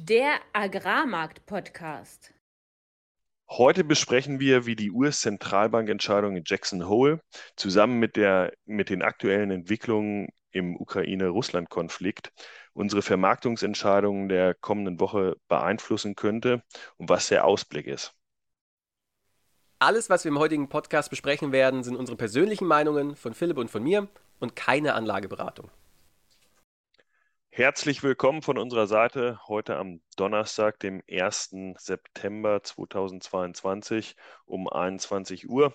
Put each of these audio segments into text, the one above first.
Der Agrarmarkt-Podcast. Heute besprechen wir, wie die US-Zentralbankentscheidung in Jackson Hole zusammen mit den aktuellen Entwicklungen im Ukraine-Russland-Konflikt unsere Vermarktungsentscheidungen der kommenden Woche beeinflussen könnte und was der Ausblick ist. Alles, was wir im heutigen Podcast besprechen werden, sind unsere persönlichen Meinungen von Philipp und von mir und keine Anlageberatung. Herzlich willkommen von unserer Seite heute am Donnerstag, dem 1. September 2022 um 21 Uhr.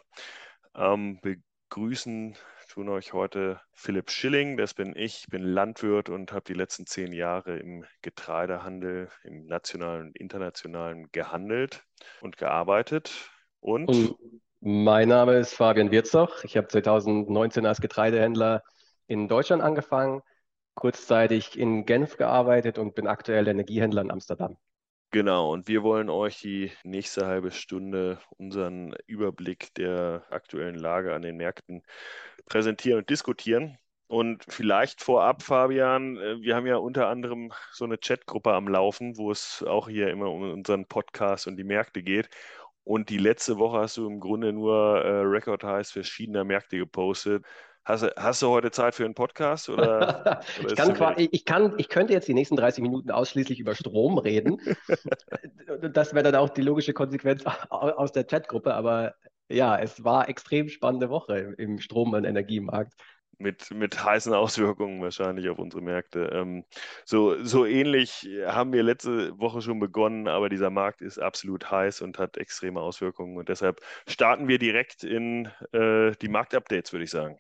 Begrüßen tun euch heute Philipp Schilling, das bin ich bin Landwirt und habe die letzten 10 Jahre im Getreidehandel, im nationalen und internationalen gehandelt und gearbeitet. Und mein Name ist Fabian Wirzoch. Ich habe 2019 als Getreidehändler in Deutschland angefangen, kurzzeitig in Genf gearbeitet und bin aktuell Energiehändler in Amsterdam. Genau, und wir wollen euch die nächste halbe Stunde unseren Überblick der aktuellen Lage an den Märkten präsentieren und diskutieren. Und vielleicht vorab, Fabian, wir haben ja unter anderem so eine Chatgruppe am Laufen, wo es auch hier immer um unseren Podcast und die Märkte geht. Und die letzte Woche hast du im Grunde nur Record Highs verschiedener Märkte gepostet. Hast du heute Zeit für einen Podcast oder Ich ist schwierig? ich könnte jetzt die nächsten 30 Minuten ausschließlich über Strom reden. Das wäre dann auch die logische Konsequenz aus der Chatgruppe. Aber ja, es war extrem spannende Woche im Strom- und Energiemarkt. Mit heißen Auswirkungen wahrscheinlich auf unsere Märkte. So ähnlich haben wir letzte Woche schon begonnen, aber dieser Markt ist absolut heiß und hat extreme Auswirkungen. Und deshalb starten wir direkt in die Marktupdates, würde ich sagen.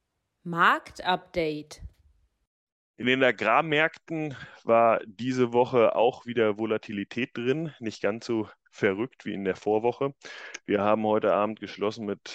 Marktupdate. In den Agrarmärkten war diese Woche auch wieder Volatilität drin, nicht ganz so verrückt wie in der Vorwoche. Wir haben heute Abend geschlossen mit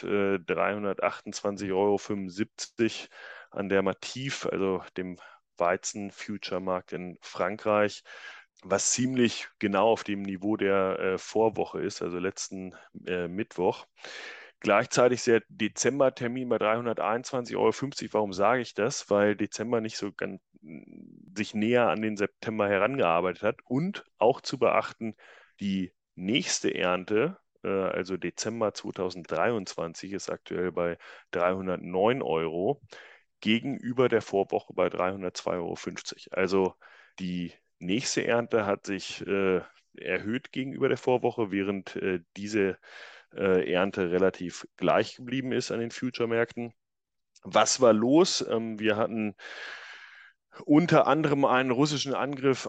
328,75 € an der Matif, also dem Weizen-Future-Markt in Frankreich, was ziemlich genau auf dem Niveau der Vorwoche ist, also letzten Mittwoch. Gleichzeitig ist der Dezembertermin bei 321,50 €. Warum sage ich das? Weil Dezember nicht so ganz sich näher an den September herangearbeitet hat. Und auch zu beachten, die nächste Ernte, also Dezember 2023, ist aktuell bei 309 € gegenüber der Vorwoche bei 302,50 €. Also die nächste Ernte hat sich erhöht gegenüber der Vorwoche, während diese Ernte relativ gleich geblieben ist an den Future-Märkten. Was war los? Wir hatten unter anderem einen russischen Angriff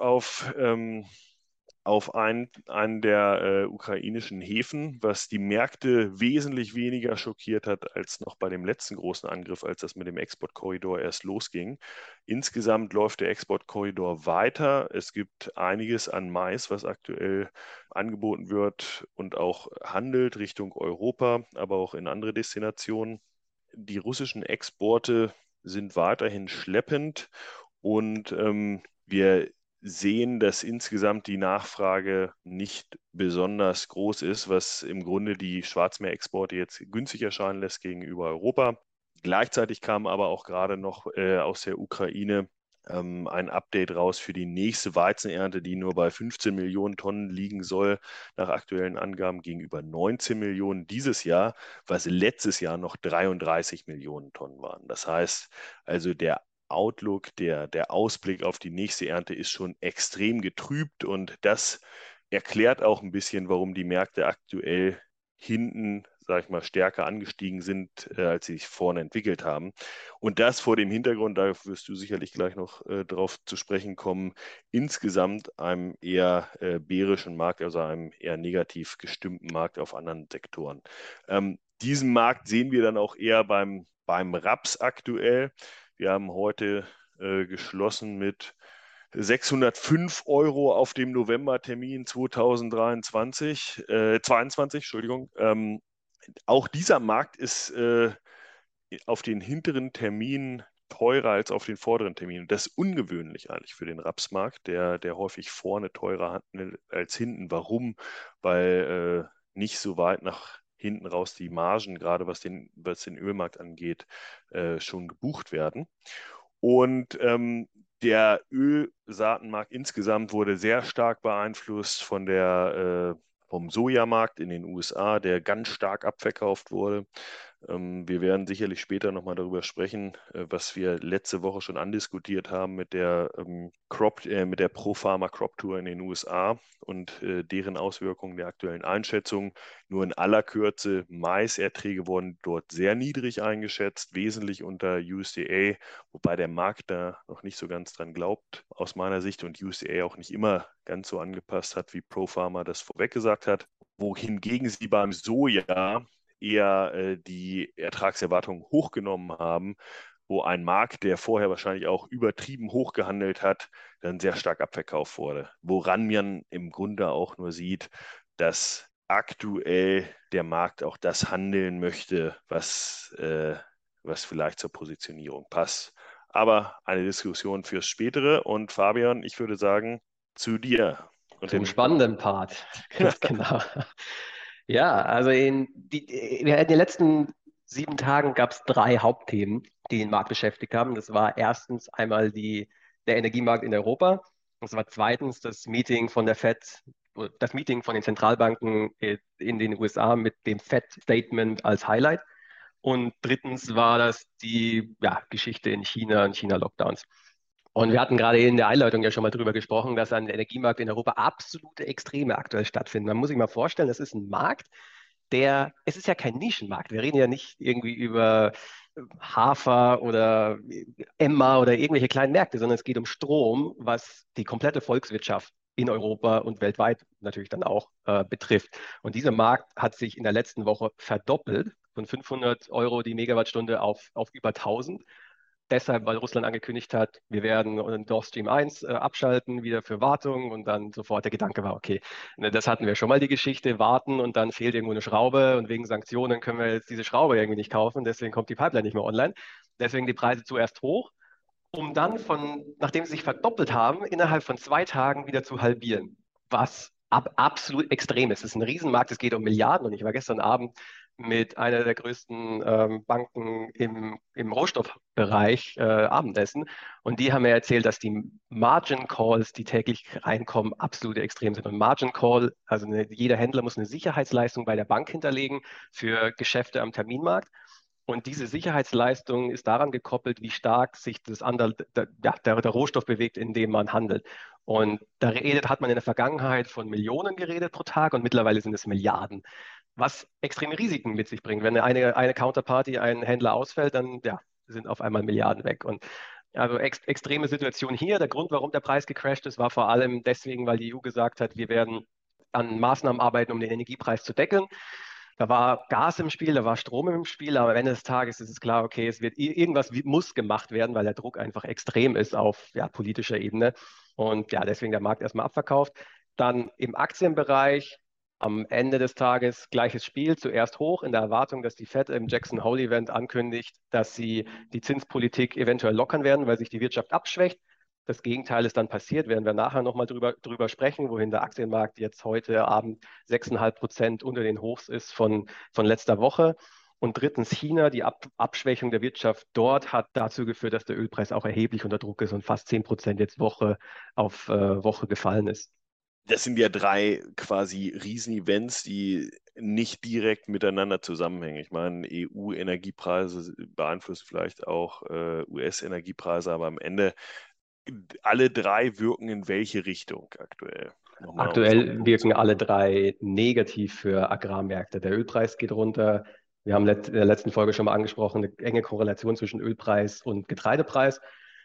auf einen der ukrainischen Häfen, was die Märkte wesentlich weniger schockiert hat als noch bei dem letzten großen Angriff, als das mit dem Exportkorridor erst losging. Insgesamt läuft der Exportkorridor weiter. Es gibt einiges an Mais, was aktuell angeboten wird und auch handelt Richtung Europa, aber auch in andere Destinationen. Die russischen Exporte sind weiterhin schleppend und wir sehen, dass insgesamt die Nachfrage nicht besonders groß ist, was im Grunde die Schwarzmeerexporte jetzt günstig erscheinen lässt gegenüber Europa. Gleichzeitig kam aber auch gerade noch aus der Ukraine ein Update raus für die nächste Weizenernte, die nur bei 15 Millionen Tonnen liegen soll, nach aktuellen Angaben gegenüber 19 Millionen dieses Jahr, was letztes Jahr noch 33 Millionen Tonnen waren. Das heißt also, der Outlook, der Ausblick auf die nächste Ernte ist schon extrem getrübt und das erklärt auch ein bisschen, warum die Märkte aktuell hinten, sage ich mal, stärker angestiegen sind, als sie sich vorne entwickelt haben. Und das vor dem Hintergrund, da wirst du sicherlich gleich noch drauf zu sprechen kommen, insgesamt einem eher bärischen Markt, also einem eher negativ gestimmten Markt auf anderen Sektoren. Diesen Markt sehen wir dann auch eher beim Raps aktuell. Wir haben heute geschlossen mit 605 € auf dem Novembertermin 2022, 22, Entschuldigung. Auch dieser Markt ist auf den hinteren Terminen teurer als auf den vorderen Terminen. Das ist ungewöhnlich eigentlich für den Rapsmarkt, der häufig vorne teurer handelt als hinten. Warum? Weil nicht so weit nach hinten raus die Margen, gerade was den Ölmarkt angeht, schon gebucht werden. Und Der Ölsaatenmarkt insgesamt wurde sehr stark beeinflusst vom Sojamarkt in den USA, der ganz stark abverkauft wurde. Wir werden sicherlich später nochmal darüber sprechen, was wir letzte Woche schon andiskutiert haben mit der mit der Pro-Pharma Crop Tour in den USA und deren Auswirkungen der aktuellen Einschätzung. Nur in aller Kürze, Maiserträge wurden dort sehr niedrig eingeschätzt, wesentlich unter USDA, wobei der Markt da noch nicht so ganz dran glaubt, aus meiner Sicht, und USDA auch nicht immer ganz so angepasst hat, wie Pro-Pharma das vorweg gesagt hat. Wohingegen sie beim Soja eher die Ertragserwartungen hochgenommen haben, wo ein Markt, der vorher wahrscheinlich auch übertrieben hoch gehandelt hat, dann sehr stark abverkauft wurde. Woran man im Grunde auch nur sieht, dass aktuell der Markt auch das handeln möchte, was vielleicht zur Positionierung passt. Aber eine Diskussion fürs Spätere. Und Fabian, ich würde sagen, zu dir. Und Zum spannenden Part. Ganz genau. Ja, also in den letzten 7 Tagen gab es 3 Hauptthemen, die den Markt beschäftigt haben. Das war erstens einmal der Energiemarkt in Europa. Das war zweitens das Meeting von der Fed, das Meeting von den Zentralbanken in den USA mit dem Fed-Statement als Highlight. Und drittens war das die Geschichte in China-Lockdowns. Und wir hatten gerade in der Einleitung ja schon mal drüber gesprochen, dass an dem Energiemarkt in Europa absolute Extreme aktuell stattfinden. Man muss sich mal vorstellen, das ist ein Markt, es ist ja kein Nischenmarkt. Wir reden ja nicht irgendwie über Hafer oder Emma oder irgendwelche kleinen Märkte, sondern es geht um Strom, was die komplette Volkswirtschaft in Europa und weltweit natürlich dann auch betrifft. Und dieser Markt hat sich in der letzten Woche verdoppelt, von 500 Euro die Megawattstunde auf über 1000. Deshalb, weil Russland angekündigt hat, wir werden Nord Stream 1 abschalten, wieder für Wartung, und dann sofort der Gedanke war, okay, das hatten wir schon mal, die Geschichte, warten und dann fehlt irgendwo eine Schraube und wegen Sanktionen können wir jetzt diese Schraube irgendwie nicht kaufen, deswegen kommt die Pipeline nicht mehr online. Deswegen die Preise zuerst hoch, um dann nachdem sie sich verdoppelt haben, innerhalb von 2 Tagen wieder zu halbieren, was absolut extrem ist. Es ist ein Riesenmarkt, es geht um Milliarden, und ich war gestern Abend mit einer der größten Banken im Rohstoffbereich Abendessen, und die haben mir erzählt, dass die Margin Calls, die täglich reinkommen, absolut extrem sind. Und Margin Call, also jeder Händler muss eine Sicherheitsleistung bei der Bank hinterlegen für Geschäfte am Terminmarkt. Und diese Sicherheitsleistung ist daran gekoppelt, wie stark sich der Rohstoff bewegt, in dem man handelt. Und hat man in der Vergangenheit von Millionen geredet pro Tag, und mittlerweile sind es Milliarden, was extreme Risiken mit sich bringt. Wenn eine Counterparty, ein Händler ausfällt, dann sind auf einmal Milliarden weg. Und also extreme Situation hier. Der Grund, warum der Preis gecrasht ist, war vor allem deswegen, weil die EU gesagt hat, wir werden an Maßnahmen arbeiten, um den Energiepreis zu deckeln. Da war Gas im Spiel, da war Strom im Spiel, aber am Ende des Tages ist es klar, okay, irgendwas muss gemacht werden, weil der Druck einfach extrem ist auf politischer Ebene. Und deswegen der Markt erstmal abverkauft. Dann im Aktienbereich am Ende des Tages gleiches Spiel, zuerst hoch in der Erwartung, dass die Fed im Jackson Hole Event ankündigt, dass sie die Zinspolitik eventuell lockern werden, weil sich die Wirtschaft abschwächt. Das Gegenteil ist dann passiert, werden wir nachher nochmal drüber sprechen, wohin der Aktienmarkt jetzt heute Abend 6,5% unter den Hochs ist von letzter Woche. Und drittens China, die Abschwächung der Wirtschaft dort hat dazu geführt, dass der Ölpreis auch erheblich unter Druck ist und fast 10% jetzt Woche auf Woche gefallen ist. Das sind ja 3 quasi Riesenevents, die nicht direkt miteinander zusammenhängen. Ich meine, EU-Energiepreise beeinflussen vielleicht auch US-Energiepreise, aber am Ende alle 3 wirken in welche Richtung aktuell? Aktuell wirken alle 3 negativ für Agrarmärkte. Der Ölpreis geht runter. Wir haben in der letzten Folge schon mal angesprochen, eine enge Korrelation zwischen Ölpreis und Getreidepreis.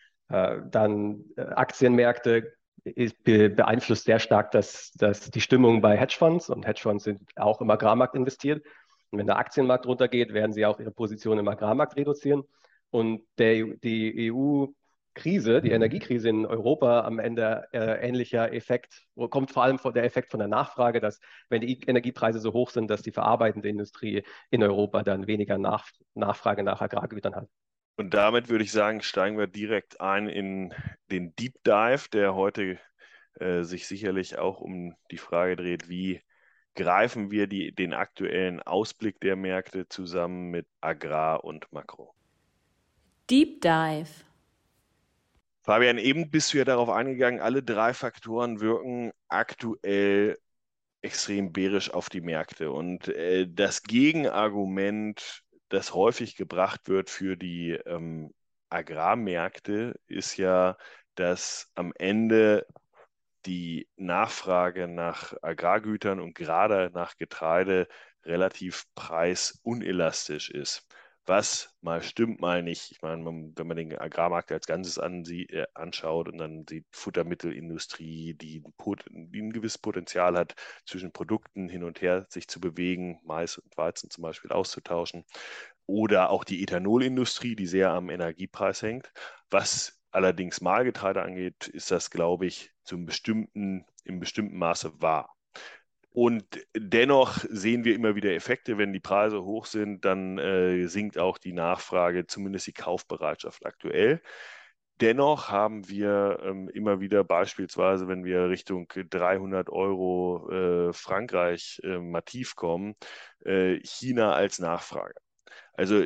Dann Aktienmärkte beeinflusst sehr stark die Stimmung bei Hedgefonds, und Hedgefonds sind auch im Agrarmarkt investiert. Und wenn der Aktienmarkt runtergeht, werden sie auch ihre Position im Agrarmarkt reduzieren. Und die EU-Krise, die Energiekrise in Europa, am Ende ähnlicher Effekt, kommt vor allem der Effekt von der Nachfrage, dass wenn die Energiepreise so hoch sind, dass die verarbeitende Industrie in Europa dann weniger Nachfrage nach Agrargütern hat. Und damit würde ich sagen, steigen wir direkt ein in den Deep Dive, der heute sich sicherlich auch um die Frage dreht, wie greifen wir den aktuellen Ausblick der Märkte zusammen mit Agrar und Makro. Deep Dive. Fabian, eben bist du ja darauf eingegangen, alle drei Faktoren wirken aktuell extrem bärisch auf die Märkte. Und das Gegenargument, das häufig gebracht wird für die Agrarmärkte, ist ja, dass am Ende die Nachfrage nach Agrargütern und gerade nach Getreide relativ preisunelastisch ist. Was mal stimmt, mal nicht. Ich meine, wenn man den Agrarmarkt als Ganzes anschaut und dann die Futtermittelindustrie, die ein gewisses Potenzial hat, zwischen Produkten hin und her sich zu bewegen, Mais und Weizen zum Beispiel auszutauschen, oder auch die Ethanolindustrie, die sehr am Energiepreis hängt. Was allerdings Mahlgetreide angeht, ist das, glaube ich, im bestimmten Maße wahr. Und dennoch sehen wir immer wieder Effekte. Wenn die Preise hoch sind, dann sinkt auch die Nachfrage, zumindest die Kaufbereitschaft aktuell. Dennoch haben wir immer wieder beispielsweise, wenn wir Richtung 300 Euro Frankreich mal tief kommen, China als Nachfrage. Also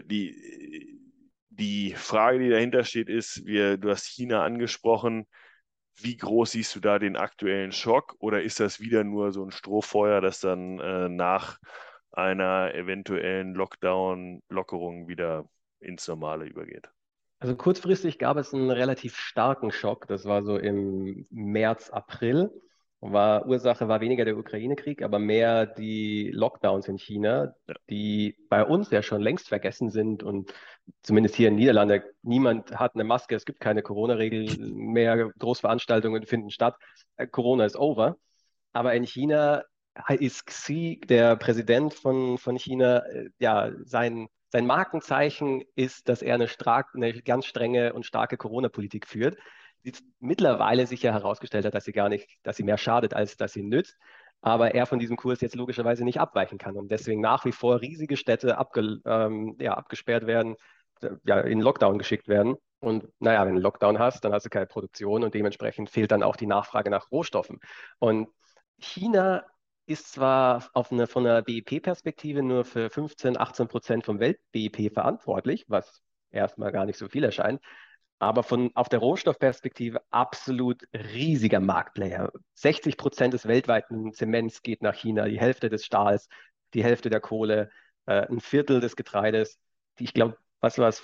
die Frage, die dahinter steht, ist, du hast China angesprochen, wie groß siehst du da den aktuellen Schock, oder ist das wieder nur so ein Strohfeuer, das dann nach einer eventuellen Lockdown-Lockerung wieder ins Normale übergeht? Also kurzfristig gab es einen relativ starken Schock. Das war so im März, April. Ursache war weniger der Ukraine-Krieg, aber mehr die Lockdowns in China, Ja. die bei uns ja schon längst vergessen sind. Und zumindest hier in Niederlande, niemand hat eine Maske, es gibt keine Corona-Regeln mehr, Großveranstaltungen finden statt. Corona ist over. Aber in China ist Xi, der Präsident von China, ja, sein Markenzeichen ist, dass er eine ganz strenge und starke Corona-Politik führt, die mittlerweile sich ja herausgestellt hat, dass sie mehr schadet, als dass sie nützt. Aber er von diesem Kurs jetzt logischerweise nicht abweichen kann und deswegen nach wie vor riesige Städte abgesperrt werden, ja, in Lockdown geschickt werden. Und naja, wenn du einen Lockdown hast, dann hast du keine Produktion und dementsprechend fehlt dann auch die Nachfrage nach Rohstoffen. Und China ist zwar von der BIP-Perspektive nur für 15-18% vom Welt-BIP verantwortlich, was erstmal gar nicht so viel erscheint, aber auf der Rohstoffperspektive absolut riesiger Marktplayer. 60% des weltweiten Zements geht nach China, die Hälfte des Stahls, die Hälfte der Kohle, ein Viertel des Getreides. Ich glaube, was war es,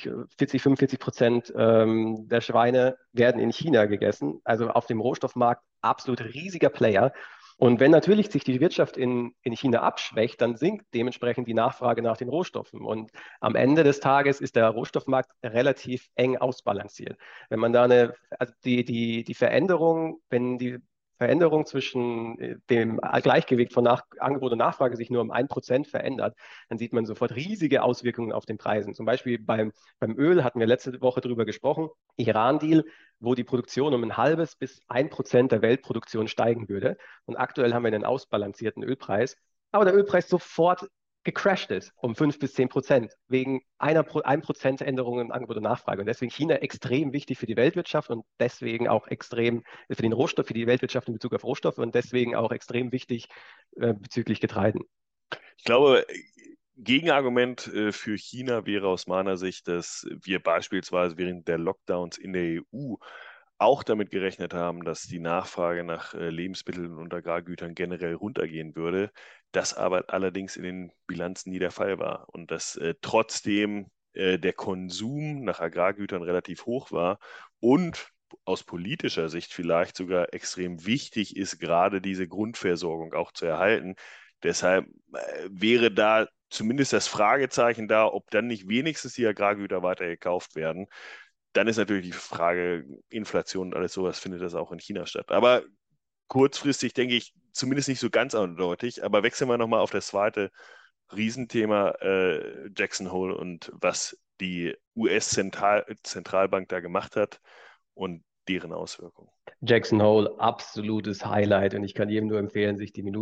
45% der Schweine werden in China gegessen. Also auf dem Rohstoffmarkt absolut riesiger Player. Und wenn natürlich sich die Wirtschaft in China abschwächt, dann sinkt dementsprechend die Nachfrage nach den Rohstoffen. Und am Ende des Tages ist der Rohstoffmarkt relativ eng ausbalanciert. Wenn man da also die Veränderung, wenn die Veränderung zwischen dem Gleichgewicht von Angebot und Nachfrage sich nur um 1% verändert, dann sieht man sofort riesige Auswirkungen auf den Preisen. Zum Beispiel beim Öl hatten wir letzte Woche darüber gesprochen, Iran-Deal, wo die Produktion um 0,5 bis 1% der Weltproduktion steigen würde. Und aktuell haben wir einen ausbalancierten Ölpreis, aber der Ölpreis sofort gecrashed ist um 5 bis 10% wegen 1% Änderungen im Angebot und Nachfrage. Und deswegen China extrem wichtig für die Weltwirtschaft und deswegen auch extrem für den Rohstoff, für die Weltwirtschaft in Bezug auf Rohstoffe und deswegen auch extrem wichtig bezüglich Getreiden. Ich glaube, Gegenargument für China wäre aus meiner Sicht, dass wir beispielsweise während der Lockdowns in der EU auch damit gerechnet haben, dass die Nachfrage nach Lebensmitteln und Agrargütern generell runtergehen würde, das aber allerdings in den Bilanzen nie der Fall war und dass trotzdem der Konsum nach Agrargütern relativ hoch war und aus politischer Sicht vielleicht sogar extrem wichtig ist, gerade diese Grundversorgung auch zu erhalten. Deshalb wäre da zumindest das Fragezeichen da, ob dann nicht wenigstens die Agrargüter weiter gekauft werden. Dann ist natürlich die Frage, Inflation und alles sowas, findet das auch in China statt. Aber kurzfristig denke ich zumindest nicht so ganz eindeutig. Aber wechseln wir nochmal auf das zweite Riesenthema Jackson Hole und was die US-Zentralbank da gemacht hat und deren Auswirkungen. Jackson Hole, absolutes Highlight und ich kann jedem nur empfehlen, sich die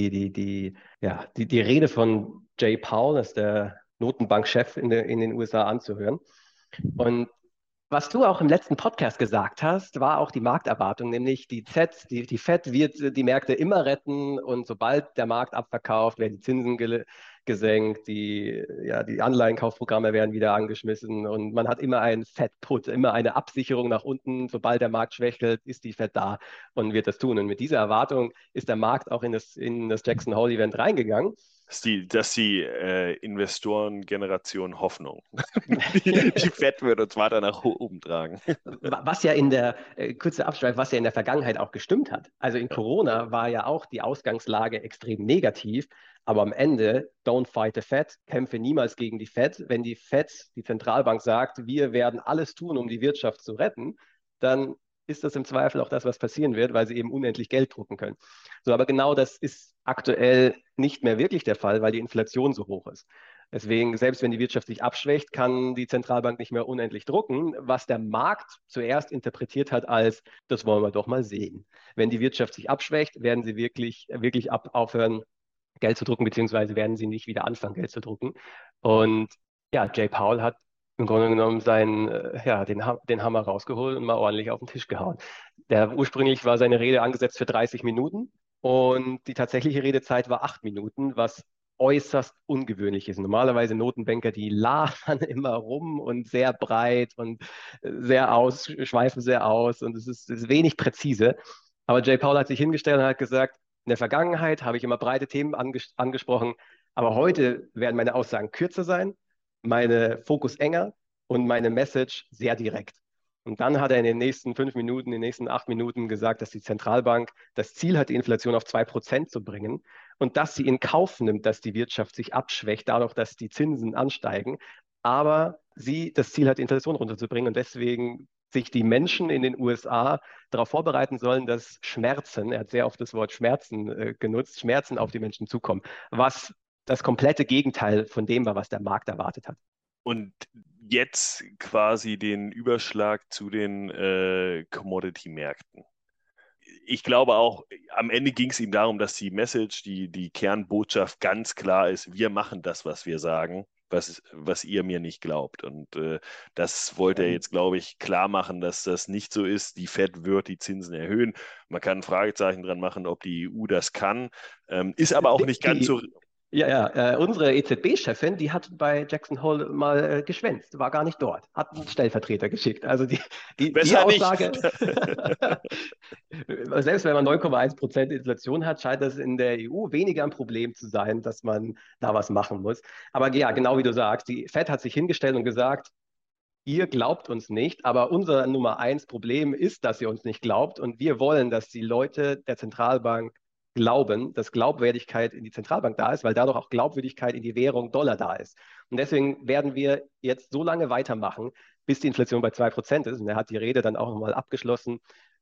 Rede von Jay Powell, das ist der Notenbankchef in den USA, anzuhören. Und Was du auch im letzten Podcast gesagt hast, war auch die Markterwartung, nämlich die Fed wird die Märkte immer retten und sobald der Markt abverkauft, werden die Zinsen gesenkt, die Anleihenkaufprogramme werden wieder angeschmissen und man hat immer einen Fed-Put, immer eine Absicherung nach unten. Sobald der Markt schwächelt, ist die Fed da und wird das tun. Und mit dieser Erwartung ist der Markt auch in das Jackson Hole-Event reingeganng. Das ist die Investorengeneration Hoffnung. Die Fed wird uns weiter nach oben tragen. Was ja kurzer Abschweif, was ja in der Vergangenheit auch gestimmt hat. Also in Corona war ja auch die Ausgangslage extrem negativ, aber am Ende, don't fight the Fed, kämpfe niemals gegen die Fed. Wenn die Fed, die Zentralbank, sagt, wir werden alles tun, um die Wirtschaft zu retten, dann ist das im Zweifel auch das, was passieren wird, weil sie eben unendlich Geld drucken können. So, aber genau das ist aktuell nicht mehr wirklich der Fall, weil die Inflation so hoch ist. Deswegen, selbst wenn die Wirtschaft sich abschwächt, kann die Zentralbank nicht mehr unendlich drucken, was der Markt zuerst interpretiert hat als, das wollen wir doch mal sehen. Wenn die Wirtschaft sich abschwächt, werden sie wirklich aufhören, Geld zu drucken, beziehungsweise werden sie nicht wieder anfangen, Geld zu drucken. Und ja, Jay Powell hat im Grunde genommen den Hammer rausgeholt und mal ordentlich auf den Tisch gehauen. Ursprünglich war seine Rede angesetzt für 30 Minuten und die tatsächliche Redezeit war 8 Minuten, was äußerst ungewöhnlich ist. Normalerweise Notenbanker, die labern immer rum und sehr breit und schweifen sehr aus und es ist wenig präzise. Aber Jay Powell hat sich hingestellt und hat gesagt, in der Vergangenheit habe ich immer breite Themen angesprochen, aber heute werden meine Aussagen kürzer sein, meine Fokus enger und meine Message sehr direkt. Und dann hat er in den nächsten 5 Minuten, in den nächsten 8 Minuten gesagt, dass die Zentralbank das Ziel hat, die Inflation auf 2% zu bringen und dass sie in Kauf nimmt, dass die Wirtschaft sich abschwächt, dadurch, dass die Zinsen ansteigen. Aber sie das Ziel hat, die Inflation runterzubringen und deswegen sich die Menschen in den USA darauf vorbereiten sollen, dass Schmerzen, er hat sehr oft das Wort Schmerzen genutzt, Schmerzen auf die Menschen zukommen, was das komplette Gegenteil von dem war, was der Markt erwartet hat. Und jetzt quasi den Überschlag zu den Commodity-Märkten. Ich glaube auch, am Ende ging es ihm darum, dass die Message, die Kernbotschaft ganz klar ist, wir machen das, was wir sagen, was ihr mir nicht glaubt. Und das wollte er jetzt, glaube ich, klar machen, dass das nicht so ist. Die Fed wird die Zinsen erhöhen. Man kann ein Fragezeichen dran machen, ob die EU das kann. Ist aber auch nicht ganz so... Unsere EZB-Chefin, die hat bei Jackson Hole mal geschwänzt, war gar nicht dort, hat einen Stellvertreter geschickt. Also die Aussage, selbst wenn man 9,1% Inflation hat, scheint das in der EU weniger ein Problem zu sein, dass man da was machen muss. Aber ja, genau wie du sagst, die Fed hat sich hingestellt und gesagt, ihr glaubt uns nicht, aber unser Nummer 1 Problem ist, dass ihr uns nicht glaubt und wir wollen, dass die Leute der Zentralbank glauben, dass Glaubwürdigkeit in die Zentralbank da ist, weil dadurch auch Glaubwürdigkeit in die Währung Dollar da ist. Und deswegen werden wir jetzt so lange weitermachen, bis die Inflation bei 2% ist. Und er hat die Rede dann auch nochmal abgeschlossen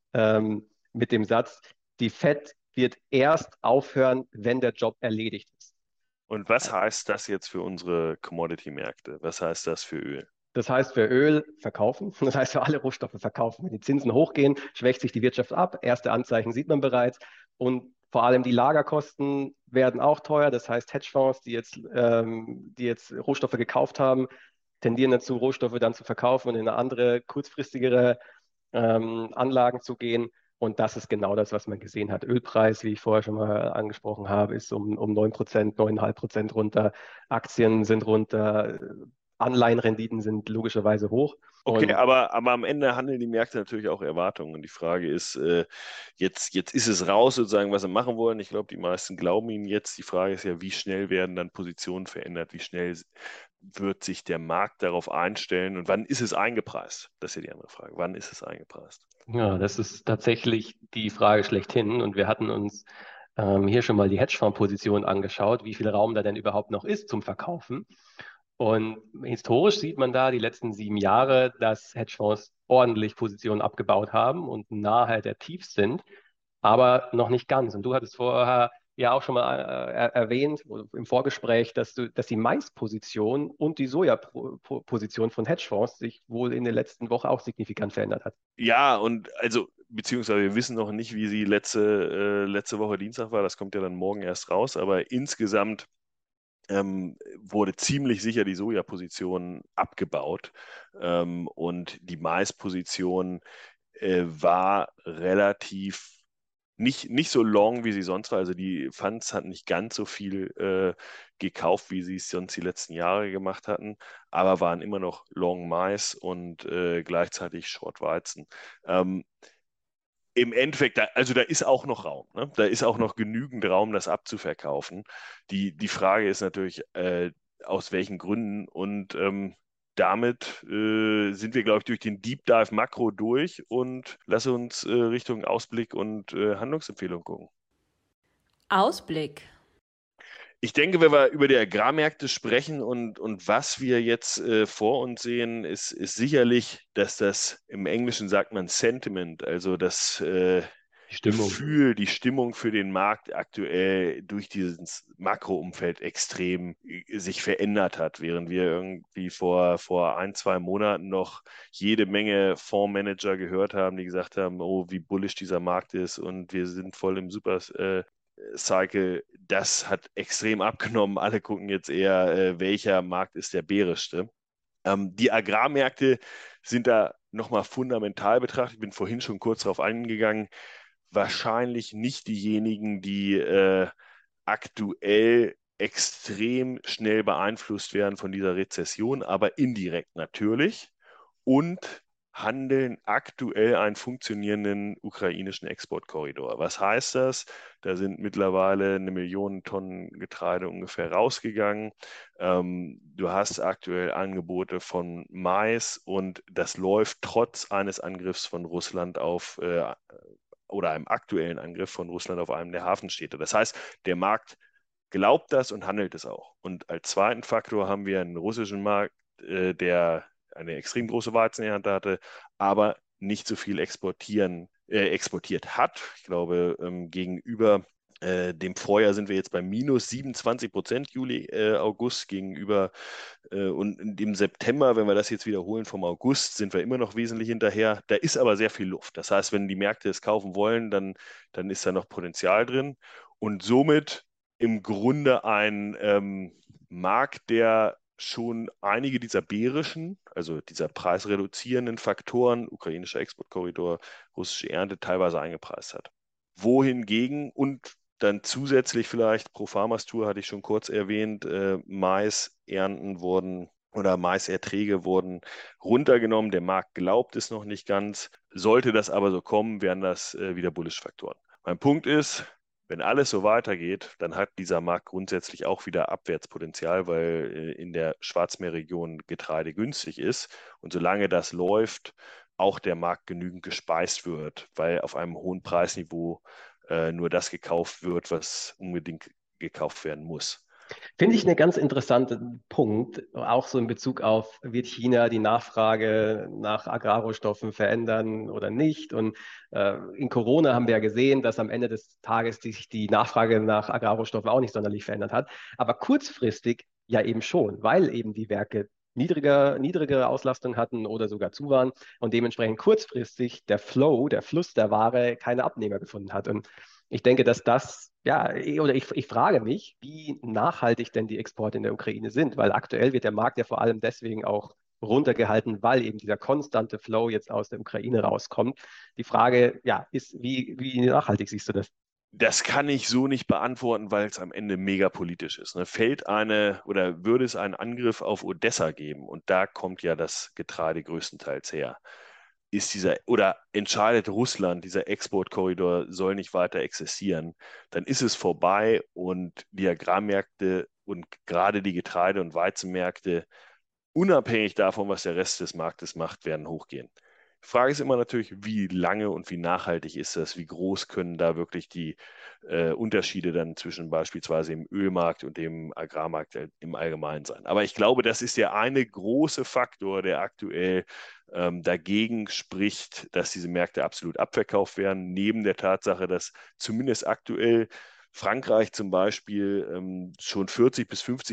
mit dem Satz, die Fed wird erst aufhören, wenn der Job erledigt ist. Und was heißt das jetzt für unsere Commodity-Märkte? Was heißt das für Öl? Das heißt für Öl verkaufen, das heißt für alle Rohstoffe verkaufen. Wenn die Zinsen hochgehen, schwächt sich die Wirtschaft ab. Erste Anzeichen sieht man bereits. Und vor allem die Lagerkosten werden auch teuer. Das heißt, Hedgefonds, die jetzt Rohstoffe gekauft haben, tendieren dazu, Rohstoffe dann zu verkaufen und in eine andere, kurzfristigere Anlagen zu gehen. Und das ist genau das, was man gesehen hat. Ölpreis, wie ich vorher schon mal angesprochen habe, ist um 9%, 9,5% runter. Aktien sind runter. Anleihenrenditen sind logischerweise hoch. Okay, aber am Ende handeln die Märkte natürlich auch Erwartungen. Und die Frage ist, jetzt ist es raus, sozusagen, was sie machen wollen. Ich glaube, die meisten glauben ihnen jetzt. Die Frage ist ja, wie schnell werden dann Positionen verändert? Wie schnell wird sich der Markt darauf einstellen? Und wann ist es eingepreist? Das ist ja die andere Frage. Wann ist es eingepreist? Ja, das ist tatsächlich die Frage schlechthin. Und wir hatten uns hier schon mal die Hedgefonds-Position angeschaut, wie viel Raum da denn überhaupt noch ist zum Verkaufen. Und historisch sieht man da die letzten 7 Jahre, dass Hedgefonds ordentlich Positionen abgebaut haben und nahe der Tiefs sind, aber noch nicht ganz. Und du hattest vorher ja auch schon mal erwähnt im Vorgespräch, dass die Mais-Position und die Soja-Position von Hedgefonds sich wohl in der letzten Woche auch signifikant verändert hat. Ja, und also, beziehungsweise wir wissen noch nicht, wie sie letzte Woche Dienstag war. Das kommt ja dann morgen erst raus. Aber insgesamt wurde ziemlich sicher die Sojaposition abgebaut und die Maisposition war relativ nicht so long, wie sie sonst war. Also die Funds hatten nicht ganz so viel gekauft, wie sie es sonst die letzten Jahre gemacht hatten, aber waren immer noch Long Mais und gleichzeitig Short Weizen. Im Endeffekt, da ist auch noch Raum. Ne? Da ist auch noch genügend Raum, das abzuverkaufen. Die Frage ist natürlich, aus welchen Gründen. Und damit sind wir, glaube ich, durch den Deep Dive Makro durch und lass uns Richtung Ausblick und Handlungsempfehlung gucken. Ausblick. Ich denke, wenn wir über die Agrarmärkte sprechen und was wir jetzt vor uns sehen, ist sicherlich, dass das im Englischen sagt man Sentiment, also das Stimmung. Gefühl, die Stimmung für den Markt aktuell durch dieses Makroumfeld extrem sich verändert hat, während wir irgendwie vor 1, 2 Monaten noch jede Menge Fondsmanager gehört haben, die gesagt haben, oh, wie bullish dieser Markt ist und wir sind voll im Super Cycle, das hat extrem abgenommen. Alle gucken jetzt eher, welcher Markt ist der bärischste. Die Agrarmärkte sind da nochmal fundamental betrachtet. Ich bin vorhin schon kurz darauf eingegangen. Wahrscheinlich nicht diejenigen, die aktuell extrem schnell beeinflusst werden von dieser Rezession, aber indirekt natürlich. Und handeln aktuell einen funktionierenden ukrainischen Exportkorridor. Was heißt das? Da sind mittlerweile 1 Million Tonnen Getreide ungefähr rausgegangen. Du hast aktuell Angebote von Mais und das läuft trotz eines Angriffs von Russland oder einem aktuellen Angriff von Russland auf einem der Hafenstädte. Das heißt, der Markt glaubt das und handelt es auch. Und als zweiten Faktor haben wir einen russischen Markt, der eine extrem große Weizenernte hatte, aber nicht so viel exportiert hat. Ich glaube, gegenüber dem Vorjahr sind wir jetzt bei minus 27% Juli, August gegenüber und im September, wenn wir das jetzt wiederholen vom August, sind wir immer noch wesentlich hinterher. Da ist aber sehr viel Luft. Das heißt, wenn die Märkte es kaufen wollen, dann ist da noch Potenzial drin und somit im Grunde ein Markt, der schon einige dieser bärischen, also dieser preisreduzierenden Faktoren, ukrainischer Exportkorridor, russische Ernte, teilweise eingepreist hat. Wohingegen und dann zusätzlich vielleicht, Pro Farmers Tour hatte ich schon kurz erwähnt, Maisernten wurden oder Maiserträge wurden runtergenommen. Der Markt glaubt es noch nicht ganz. Sollte das aber so kommen, wären das wieder Bullish-Faktoren. Mein Punkt ist, wenn alles so weitergeht, dann hat dieser Markt grundsätzlich auch wieder Abwärtspotenzial, weil in der Schwarzmeerregion Getreide günstig ist. Und solange das läuft, auch der Markt genügend gespeist wird, weil auf einem hohen Preisniveau nur das gekauft wird, was unbedingt gekauft werden muss. Finde ich einen ganz interessanten Punkt, auch so in Bezug auf, wird China die Nachfrage nach Agrarrohstoffen verändern oder nicht? Und in Corona haben wir ja gesehen, dass am Ende des Tages sich die Nachfrage nach Agrarrohstoffen auch nicht sonderlich verändert hat. Aber kurzfristig ja eben schon, weil eben die Werke niedrigere Auslastung hatten oder sogar zu waren und dementsprechend kurzfristig der Fluss der Ware keine Abnehmer gefunden hat. Und ich denke, dass das, ja, oder ich frage mich, wie nachhaltig denn die Exporte in der Ukraine sind, weil aktuell wird der Markt ja vor allem deswegen auch runtergehalten, weil eben dieser konstante Flow jetzt aus der Ukraine rauskommt. Die Frage, ja, ist, wie nachhaltig siehst du das? Das kann ich so nicht beantworten, weil es am Ende mega politisch ist. Ne? Würde es einen Angriff auf Odessa geben und da kommt ja das Getreide größtenteils her, oder entscheidet Russland, dieser Exportkorridor soll nicht weiter existieren, dann ist es vorbei und die Agrarmärkte und gerade die Getreide- und Weizenmärkte, unabhängig davon, was der Rest des Marktes macht, werden hochgehen. Die Frage ist immer natürlich, wie lange und wie nachhaltig ist das? Wie groß können da wirklich die Unterschiede dann zwischen beispielsweise dem Ölmarkt und dem Agrarmarkt im Allgemeinen sein? Aber ich glaube, das ist der eine große Faktor, der aktuell dagegen spricht, dass diese Märkte absolut abverkauft werden, neben der Tatsache, dass zumindest aktuell Frankreich zum Beispiel schon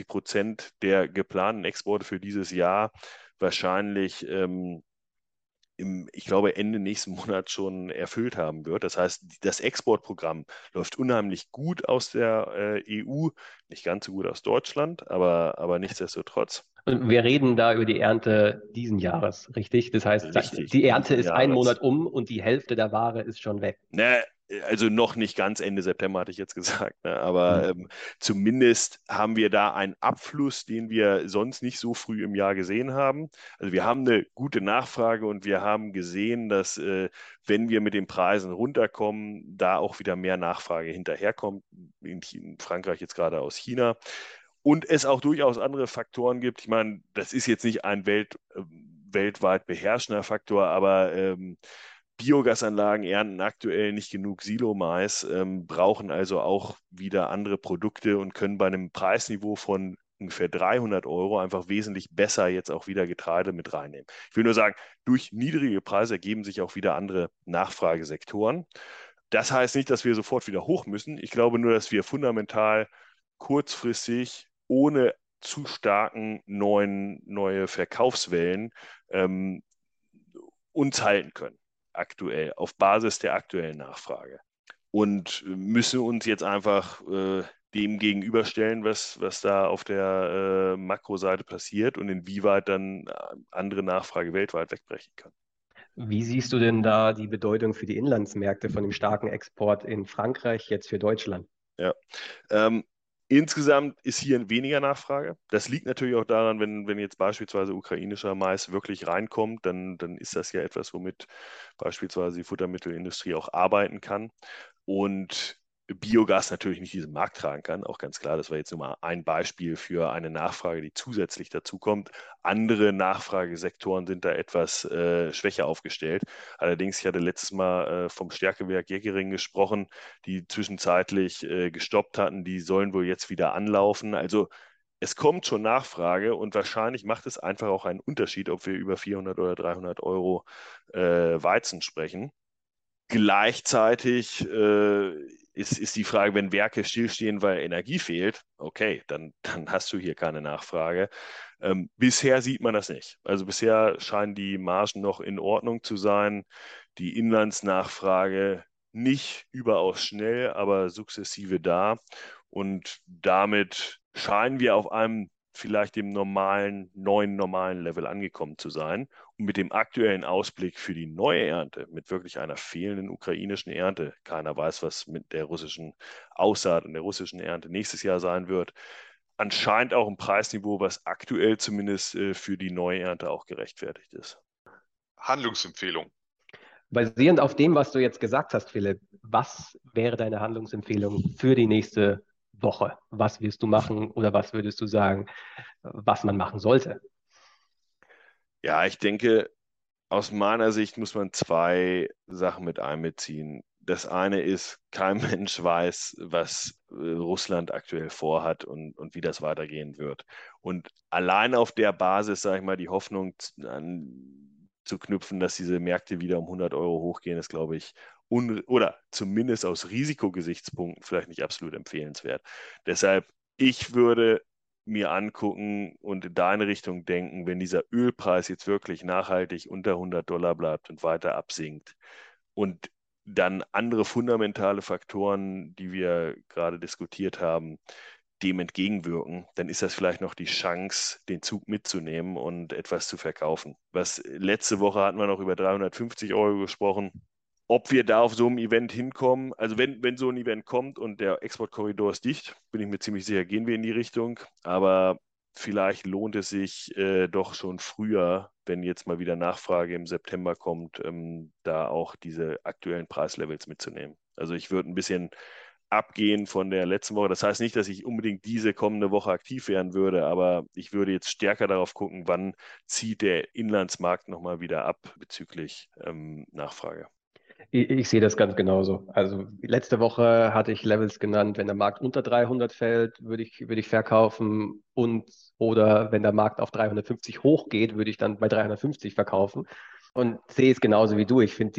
40-50% der geplanten Exporte für dieses Jahr wahrscheinlich ich glaube, Ende nächsten Monat schon erfüllt haben wird. Das heißt, das Exportprogramm läuft unheimlich gut aus der EU, nicht ganz so gut aus Deutschland, aber nichtsdestotrotz. Und wir reden da über die Ernte diesen Jahres, richtig? Das heißt, Richtig, die Ernte diesen ist einen Jahres. Monat um und die Hälfte der Ware ist schon weg. Ne, also noch nicht ganz Ende September, hatte ich jetzt gesagt, ne? Aber Hm. zumindest haben wir da einen Abfluss, den wir sonst nicht so früh im Jahr gesehen haben. Also wir haben eine gute Nachfrage und wir haben gesehen, dass wenn wir mit den Preisen runterkommen, da auch wieder mehr Nachfrage hinterherkommt. In Frankreich jetzt gerade aus China. Und es auch durchaus andere Faktoren gibt. Ich meine, das ist jetzt nicht ein weltweit beherrschender Faktor, aber Biogasanlagen ernten aktuell nicht genug Silomais, brauchen also auch wieder andere Produkte und können bei einem Preisniveau von ungefähr 300 € einfach wesentlich besser jetzt auch wieder Getreide mit reinnehmen. Ich will nur sagen, durch niedrige Preise ergeben sich auch wieder andere Nachfragesektoren. Das heißt nicht, dass wir sofort wieder hoch müssen. Ich glaube nur, dass wir fundamental kurzfristig ohne zu starken neue Verkaufswellen ähm, uns halten können, aktuell, auf Basis der aktuellen Nachfrage. Und müssen uns jetzt einfach dem gegenüberstellen, was da auf der Makroseite passiert und inwieweit dann andere Nachfrage weltweit wegbrechen kann. Wie siehst du denn da die Bedeutung für die Inlandsmärkte von dem starken Export in Frankreich jetzt für Deutschland? Ja. Ähm, Insgesamt ist hier weniger Nachfrage. Das liegt natürlich auch daran, wenn jetzt beispielsweise ukrainischer Mais wirklich reinkommt, dann ist das ja etwas, womit beispielsweise die Futtermittelindustrie auch arbeiten kann. Und Biogas natürlich nicht diesen Markt tragen kann, auch ganz klar. Das war jetzt nur mal ein Beispiel für eine Nachfrage, die zusätzlich dazu kommt. Andere Nachfragesektoren sind da etwas schwächer aufgestellt. Allerdings, ich hatte letztes Mal vom Stärkewerk Jägering gesprochen, die zwischenzeitlich gestoppt hatten. Die sollen wohl jetzt wieder anlaufen. Also es kommt schon Nachfrage und wahrscheinlich macht es einfach auch einen Unterschied, ob wir über 400 oder 300 € Weizen sprechen. Gleichzeitig ist die Frage, wenn Werke stillstehen, weil Energie fehlt, okay, dann hast du hier keine Nachfrage. Bisher sieht man das nicht. Also bisher scheinen die Margen noch in Ordnung zu sein. Die Inlandsnachfrage nicht überaus schnell, aber sukzessive da. Und damit scheinen wir auf einem vielleicht dem neuen normalen Level angekommen zu sein. Und mit dem aktuellen Ausblick für die neue Ernte, mit wirklich einer fehlenden ukrainischen Ernte, keiner weiß, was mit der russischen Aussaat und der russischen Ernte nächstes Jahr sein wird, anscheinend auch ein Preisniveau, was aktuell zumindest für die neue Ernte auch gerechtfertigt ist. Handlungsempfehlung. Basierend auf dem, was du jetzt gesagt hast, Philipp, was wäre deine Handlungsempfehlung für die nächste Woche? Was wirst du machen oder was würdest du sagen, was man machen sollte? Ja, ich denke, aus meiner Sicht muss man zwei Sachen mit einbeziehen. Das eine ist, kein Mensch weiß, was Russland aktuell vorhat und wie das weitergehen wird. Und allein auf der Basis, sage ich mal, die Hoffnung zu knüpfen, dass diese Märkte wieder um 100 € hochgehen, ist, glaube ich, oder zumindest aus Risikogesichtspunkten vielleicht nicht absolut empfehlenswert. Deshalb, ich würde mir angucken und in deine Richtung denken, wenn dieser Ölpreis jetzt wirklich nachhaltig unter 100 $ bleibt und weiter absinkt und dann andere fundamentale Faktoren, die wir gerade diskutiert haben, dem entgegenwirken, dann ist das vielleicht noch die Chance, den Zug mitzunehmen und etwas zu verkaufen. Letzte Woche hatten wir noch über 350 € gesprochen. Ob wir da auf so einem Event hinkommen, also wenn so ein Event kommt und der Exportkorridor ist dicht, bin ich mir ziemlich sicher, gehen wir in die Richtung. Aber vielleicht lohnt es sich doch schon früher, wenn jetzt mal wieder Nachfrage im September kommt, da auch diese aktuellen Preislevels mitzunehmen. Also ich würde ein bisschen abgehen von der letzten Woche. Das heißt nicht, dass ich unbedingt diese kommende Woche aktiv werden würde, aber ich würde jetzt stärker darauf gucken, wann zieht der Inlandsmarkt nochmal wieder ab bezüglich Nachfrage. Ich sehe das ganz genauso. Also letzte Woche hatte ich Levels genannt, wenn der Markt unter 300 fällt, würde ich verkaufen oder wenn der Markt auf 350 hochgeht, würde ich dann bei 350 verkaufen. Und sehe es genauso wie du. Ich finde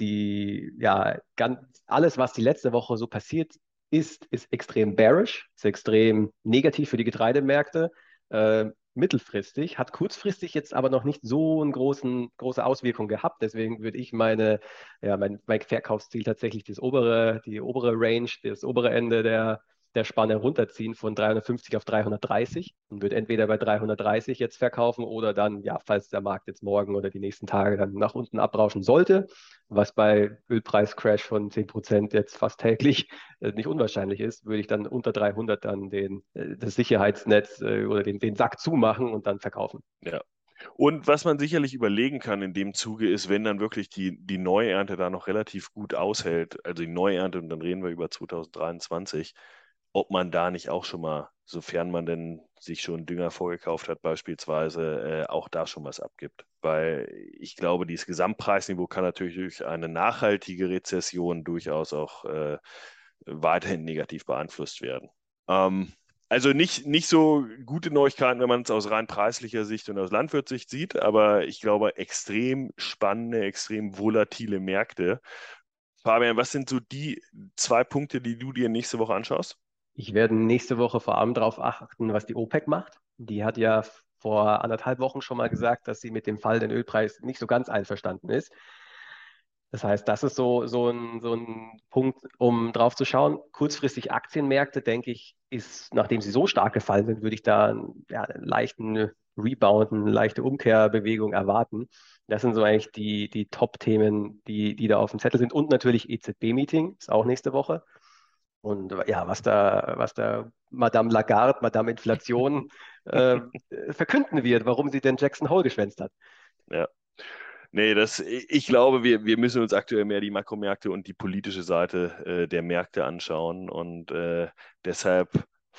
alles, was die letzte Woche so passiert ist extrem bearish, ist extrem negativ für die Getreidemärkte. mittelfristig, hat kurzfristig jetzt aber noch nicht so eine große Auswirkung gehabt. Deswegen würde ich mein Verkaufsziel tatsächlich die obere Range, das obere Ende der Spanne runterziehen von 350 auf 330 und würde entweder bei 330 jetzt verkaufen oder dann, ja, falls der Markt jetzt morgen oder die nächsten Tage dann nach unten abrauschen sollte, was bei Ölpreiscrash von 10% jetzt fast täglich nicht unwahrscheinlich ist, würde ich dann unter 300 dann das Sicherheitsnetz oder den Sack zumachen und dann verkaufen. Ja. Und was man sicherlich überlegen kann in dem Zuge ist, wenn dann wirklich die Neuernte da noch relativ gut aushält, also die Neuernte, und dann reden wir über 2023, ob man da nicht auch schon mal, sofern man denn sich schon Dünger vorgekauft hat, beispielsweise, auch da schon was abgibt. Weil ich glaube, dieses Gesamtpreisniveau kann natürlich durch eine nachhaltige Rezession durchaus auch weiterhin negativ beeinflusst werden. Also nicht so gute Neuigkeiten, wenn man es aus rein preislicher Sicht und aus Landwirtsicht sieht, aber ich glaube, extrem spannende, extrem volatile Märkte. Fabian, was sind so die 2 Punkte, die du dir nächste Woche anschaust? Ich werde nächste Woche vor allem darauf achten, was die OPEC macht. Die hat ja vor 1,5 Wochen schon mal gesagt, dass sie mit dem fallenden Ölpreis nicht so ganz einverstanden ist. Das heißt, das ist so ein Punkt, um drauf zu schauen. Kurzfristig Aktienmärkte, denke ich, nachdem sie so stark gefallen sind, würde ich da einen leichten Rebound, eine leichte Umkehrbewegung erwarten. Das sind so eigentlich die Top-Themen, die da auf dem Zettel sind. Und natürlich EZB-Meeting, ist auch nächste Woche. Und ja, was da Madame Lagarde, Madame Inflation verkünden wird, warum sie denn Jackson Hole geschwänzt hat. Ja. Nee, ich glaube, wir müssen uns aktuell mehr die Makromärkte und die politische Seite der Märkte anschauen. Und deshalb,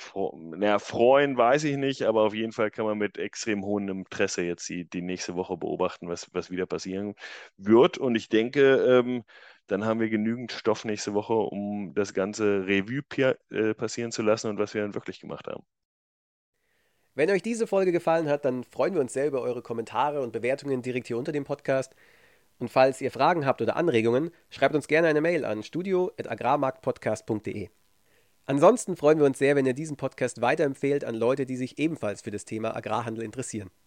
freuen weiß ich nicht, aber auf jeden Fall kann man mit extrem hohem Interesse jetzt die nächste Woche beobachten, was wieder passieren wird. Und ich denke, dann haben wir genügend Stoff nächste Woche, um das ganze Revue passieren zu lassen und was wir dann wirklich gemacht haben. Wenn euch diese Folge gefallen hat, dann freuen wir uns sehr über eure Kommentare und Bewertungen direkt hier unter dem Podcast. Und falls ihr Fragen habt oder Anregungen, schreibt uns gerne eine Mail an studio@agrarmarktpodcast.de. Ansonsten freuen wir uns sehr, wenn ihr diesen Podcast weiterempfehlt an Leute, die sich ebenfalls für das Thema Agrarhandel interessieren.